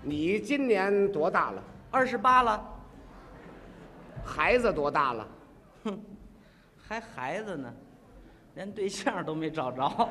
你今年多大了 ？28了。 孩子多大了？ 哼，还孩子呢，连对象都没找着。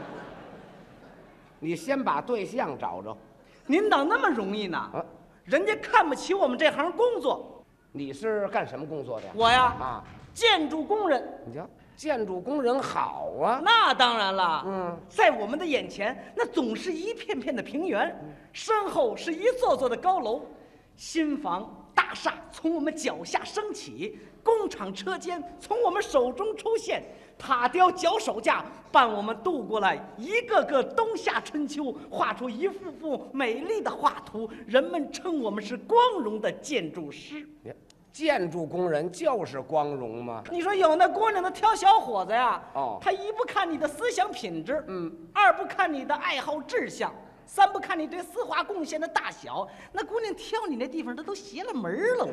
你先把对象找着。 您倒那么容易呢？ 啊， 人家看不起我们这行工作。 你是干什么工作的呀？ 我呀， 啊， 建筑工人。 你瞧，建筑工人好啊。 那当然了，在我们的眼前，那总是一片片的平原，身后是一座座的高楼，新房大厦从我们脚下升起，工厂车间从我们手中出现，塔雕脚手架伴我们度过了一个个冬夏春秋，画出一幅幅美丽的画图。人们称我们是光荣的建筑师。 建筑工人就是光荣吗？ 你说有那姑娘，那挑小伙子呀， 哦， 他一不看你的思想品质，二不看你的爱好志向，三不看你对丝滑贡献的大小，那姑娘挑你那地方，她都邪了门了。我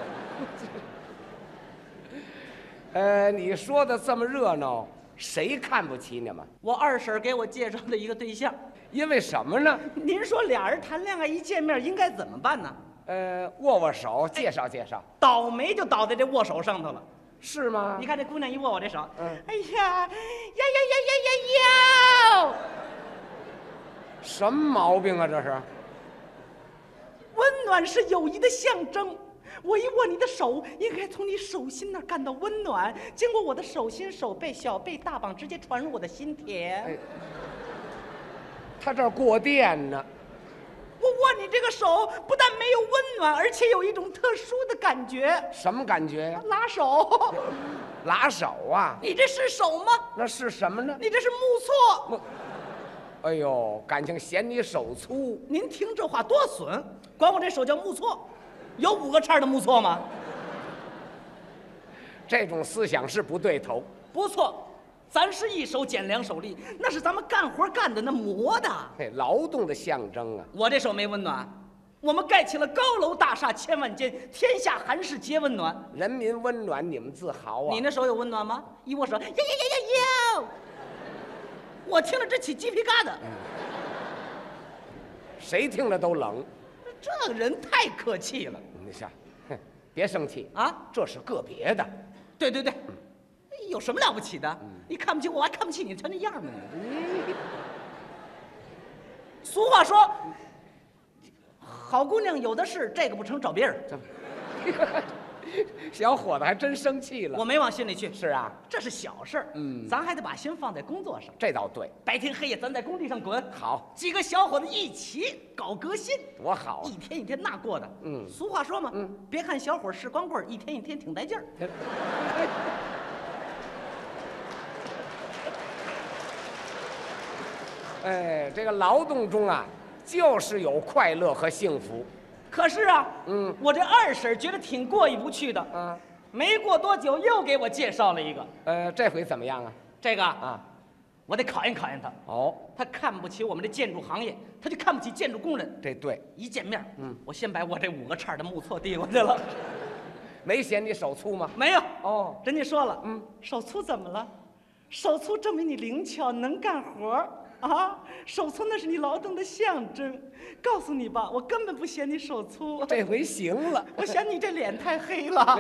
跟你说， 你说的这么热闹，谁看不起你们？ 我二婶给我介绍的一个对象。 因为什么呢？ 您说俩人谈恋爱一见面应该怎么办呢？ 握握手，介绍介绍。 倒霉就倒在这握手上头了， 是吗？ 你看这姑娘一握我这手，哎呀呀呀呀！ 什么毛病啊？这是？ 温暖是友谊的象征。我一握你的手，应该从你手心那儿感到温暖，经过我的手心、手背、小臂、大膀，直接传入我的心田。 哎，他这儿过电呢。 我握你这个手，不但没有温暖，而且有一种特殊的感觉。 什么感觉呀？ 拉手。 拉手啊？ 你这是手吗？ 那是什么呢？ 你这是木错。 哎呦，感情嫌你手粗。 您听这话多损，管我这手叫木错，有5个叉的木错吗？ 这种思想是不对头。 不错。咱是一手捡2手力，那是咱们干活干的那磨的， 劳动的象征啊！ 我这手没温暖，我们盖起了高楼大厦千万间，天下寒士皆温暖， 人民温暖，你们自豪啊！ 你那手有温暖吗？一握手，呀呀呀呀呀！我听着直起鸡皮疙瘩。 谁听着都冷。 这个人太客气了。 你想，别生气啊， 这是个别的。 对对对。有什么了不起的？你看不起我，还看不起你，才那样呢。俗话说，好姑娘有的是，这个不成找别人。 小伙子还真生气了。 我没往心里去。 是啊， 这是小事儿。咱还得把心放在工作上。 这倒对。 白天黑夜咱在工地上滚。 好， 几个小伙子一起搞革新， 多好啊！ 一天一天那过的。俗话说嘛，别看小伙是光棍，一天一天挺带劲儿。 这个劳动中啊，就是有快乐和幸福。 可是啊，我这二婶觉得挺过意不去的。没过多久又给我介绍了一个。 这回怎么样啊？ 这个啊，我得考验考验他。 哦， 他看不起我们这建筑行业，他就看不起建筑工人。 这对。 一见面，我先把我这5个叉的木错递过去了。 没嫌你手粗吗？ 没有。 哦， 人家说了，手粗怎么了？手粗证明你灵巧能干活啊！手粗那是你劳动的象征。告诉你吧，我根本不嫌你手粗。 这回行了。 我嫌你这脸太黑了。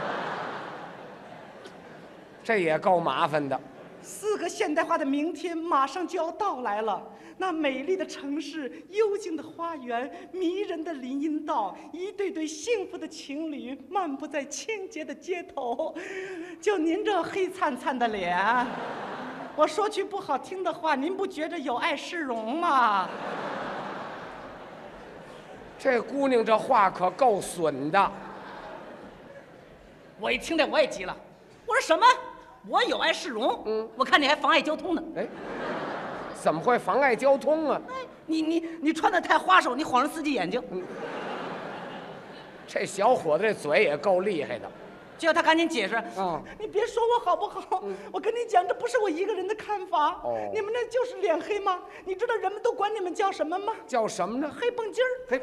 这也够麻烦的。 4个现代化的明天马上就要到来了。那美丽的城市，幽静的花园，迷人的林荫道，一对对幸福的情侣漫步在清洁的街头。就您这黑灿灿的脸，我说句不好听的话，您不觉着有碍市容吗？ 这姑娘这话可够损的。 我一听这我也急了，我说什么？我有碍市容？我看你还妨碍交通呢。 哎，怎么会妨碍交通啊？ 你穿的太花哨，你晃人司机眼睛。 这小伙子这嘴也够厉害的。 就要他赶紧解释。你别说我好不好？我跟你讲，这不是我一个人的看法。你们那就是脸黑吗？你知道人们都管你们叫什么吗？ 叫什么呢？ 黑蹦筋儿。 黑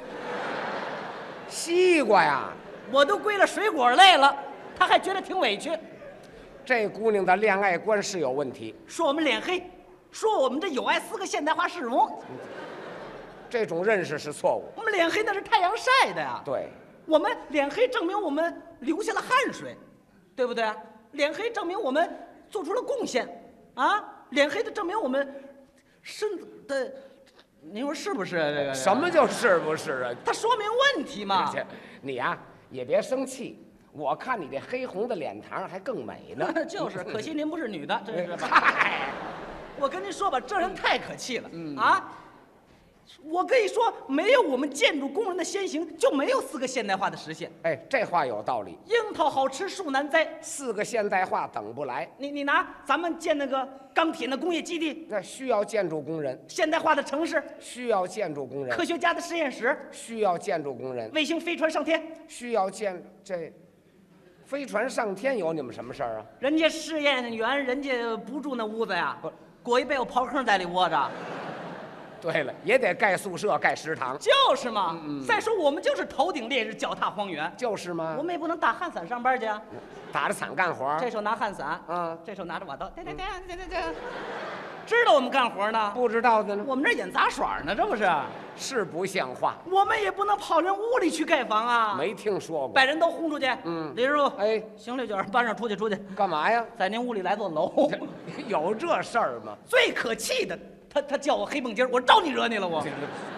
西瓜呀！ 我都归了水果类了，他还觉得挺委屈。 这姑娘的恋爱观是有问题。 说我们脸黑，说我们这有碍4个现代化市容。 这种认识是错误。 我们脸黑那是太阳晒的呀。 对， 我们脸黑证明我们流下了汗水，对不对？脸黑证明我们做出了贡献，啊，脸黑的证明我们身子的，您说是不是这个？ 什么就是不是啊？ 它说明问题嘛。 你呀、也别生气，我看你这黑红的脸膛还更美呢。 就是，可惜您不是女的，真是吧。 嗨， 我跟您说吧，这人太可气了，啊！我跟你说，没有我们建筑工人的先行，就没有4个现代化的实现。 哎，这话有道理。 樱桃好吃树难栽 ，4个现代化等不来。 你拿咱们建那个钢铁的工业基地， 那需要建筑工人； 现代化的城市需要建筑工人； 科学家的实验室需要建筑工人； 卫星飞船上天需要这飞船上天有你们什么事儿啊？ 人家试验员人家不住那屋子呀，裹一被窝刨坑在里窝着。 对了，也得盖宿舍、盖食堂。 就是嘛。再说我们就是头顶烈日，脚踏荒原。 就是吗？ 我们也不能打汗伞上班去啊。 打着伞干活， 这手拿汗伞，这手拿着瓦刀，对，知道我们干活呢？ 不知道的呢？ 我们这演杂耍呢，这不是？ 是不像话。 我们也不能跑人屋里去盖房啊。 没听说过。 把人都轰出去。李师傅， 哎， 行李卷搬上出去。 干嘛呀？ 在您屋里来座楼。 有这事儿吗？ 最可气的，他叫我黑蹦筋儿，我招你惹你了我？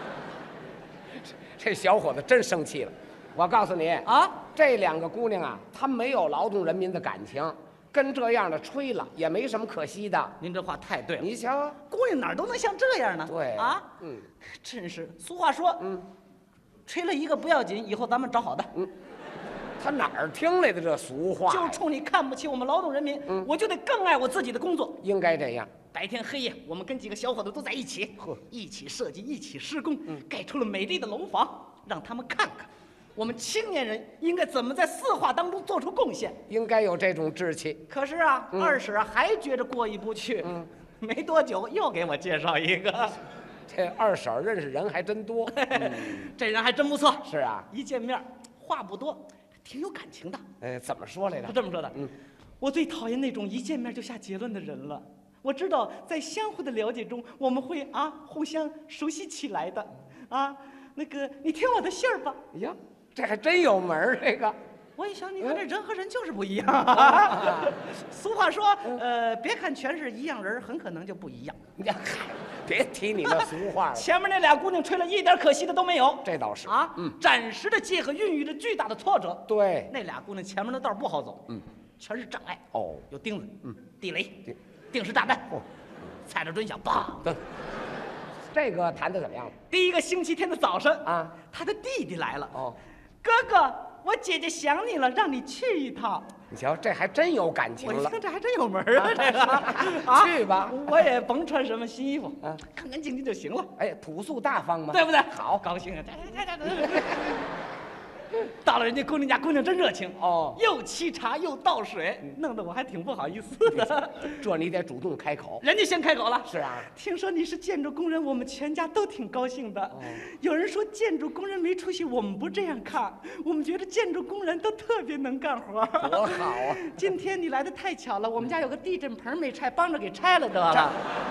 这小伙子真生气了。我告诉你啊， 这2个姑娘啊，她没有劳动人民的感情，跟这样的吹了也没什么可惜的。 您这话太对了。 你瞧， 姑娘哪儿都能像这样呢？ 对啊，真是。俗话说，吹了一个不要紧，以后咱们找好的。 他哪儿听来的这俗话？ 就冲你看不起我们劳动人民，我就得更爱我自己的工作。 应该这样。 白天黑夜，我们跟几个小伙子都在一起，一起设计，一起施工，盖出了美丽的楼房，让他们看看，我们青年人应该怎么在4化当中做出贡献。 应该有这种志气。 可是啊，二婶还觉着过意不去，没多久又给我介绍一个。 这二婶认识人还真多。 这人还真不错。 是啊， 一见面话不多，挺有感情的。 怎么说来着？ 他这么说的。我最讨厌那种一见面就下结论的人了。我知道，在相互的了解中，我们会互相熟悉起来的。那个，你听我的信儿吧。 哎呀，这还真有门儿，这个。 我一想，你看这人和人就是不一样。俗话说，别看全是一样人，很可能就不一样。 别提你那俗话了。 前面那俩姑娘吹了一点可惜的都没有， 这倒是暂时的借和孕育着巨大的挫折。 对， 那俩姑娘前面的道不好走，全是障碍。有钉子，地雷，定时炸弹，踩着准响，砰！ 这个谈的怎么样？ 第1个星期天的早晨他的弟弟来了。哥哥，我姐姐想你了，让你去一趟。 你瞧，这还真有感情了。 我一听这还真有门啊，这个去吧， 我也甭穿什么新衣服，干干净净就行了。 哎，朴素大方嘛， 对不对？ 好， 高兴啊！到了人家姑娘家，姑娘真热情又沏茶又倒水，弄得我还挺不好意思的。 这你得主动开口， 人家先开口了。 是啊， 听说你是建筑工人，我们全家都挺高兴的。有人说建筑工人没出息，我们不这样看，我们觉得建筑工人都特别能干活。 多好啊！ 今天你来的太巧了，我们家有个地震棚没拆，帮着给拆了得了。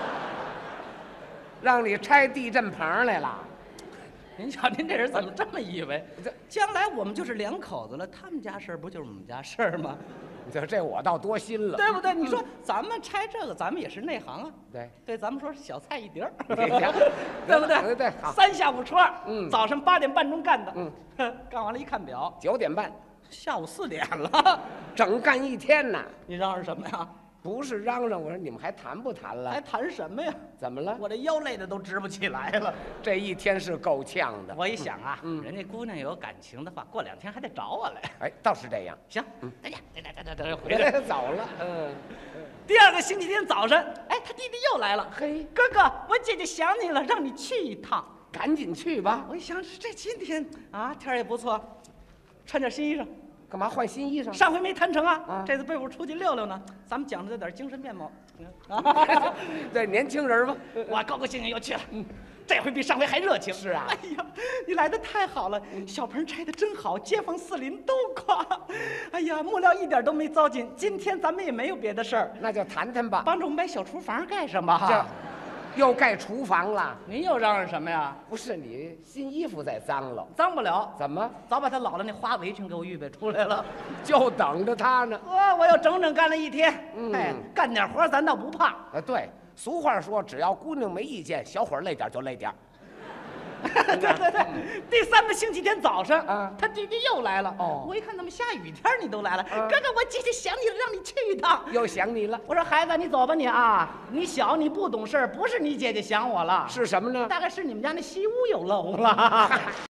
让你拆地震棚来了。 您瞧，您这人怎么这么以为？将来我们就是2口子了，他们家事儿不就是我们家事儿吗？ 这我倒多心了， 对不对？你说咱们拆这个，咱们也是内行啊。对，咱们说是小菜一碟儿，对不对？ 对，好。 3下5除2，早上8点半钟干的，干完了一看表 ，9点半， 下午4点了， 整干1天呢。 你嚷嚷什么呀？ 不是嚷嚷，我说你们还谈不谈了？ 还谈什么呀？ 怎么了？ 我这腰累的都直不起来了。 这1天是够呛的。 我一想人家姑娘有感情的话，过2天还得找我来。 哎，倒是这样。 行，再见，回来走了。 第2个星期天早晨，他弟弟又来了。 嘿， 哥哥，我姐姐想你了，让你去一趟。 赶紧去吧。 我一想，这今天天也不错，穿点新衣裳。 干嘛换新衣裳？ 上回没谈成这次被我出去溜溜呢。咱们讲究点精神面貌。 对，年轻人嘛， 我高高兴兴又去了。这回比上回还热情。 是啊。 哎呀，你来的太好了，小棚拆的真好，街坊四邻都夸。哎呀，木料一点都没糟践。今天咱们也没有别的事儿， 那就谈谈吧。 帮着我们把小厨房盖上吧。 又盖厨房了。 您又嚷嚷什么呀？ 不是你新衣服在脏了， 脏不了， 怎么早把他姥姥那花围裙给我预备出来了。 就等着他呢？ 我又整整干了一天。 嗯哎，干点活咱倒不怕。 对，俗话说，只要姑娘没意见，小伙儿累点就累点。 对对对，第3个星期天早上， 啊他弟弟又来了。 哦我一看怎么下雨天你都来了， 啊哥哥，我姐姐想你了，让你去一趟。 又想你了， 我说孩子，你走吧你啊，你小你不懂事儿，不是你姐姐想我了， 是什么呢？ 大概是你们家那西屋有漏了。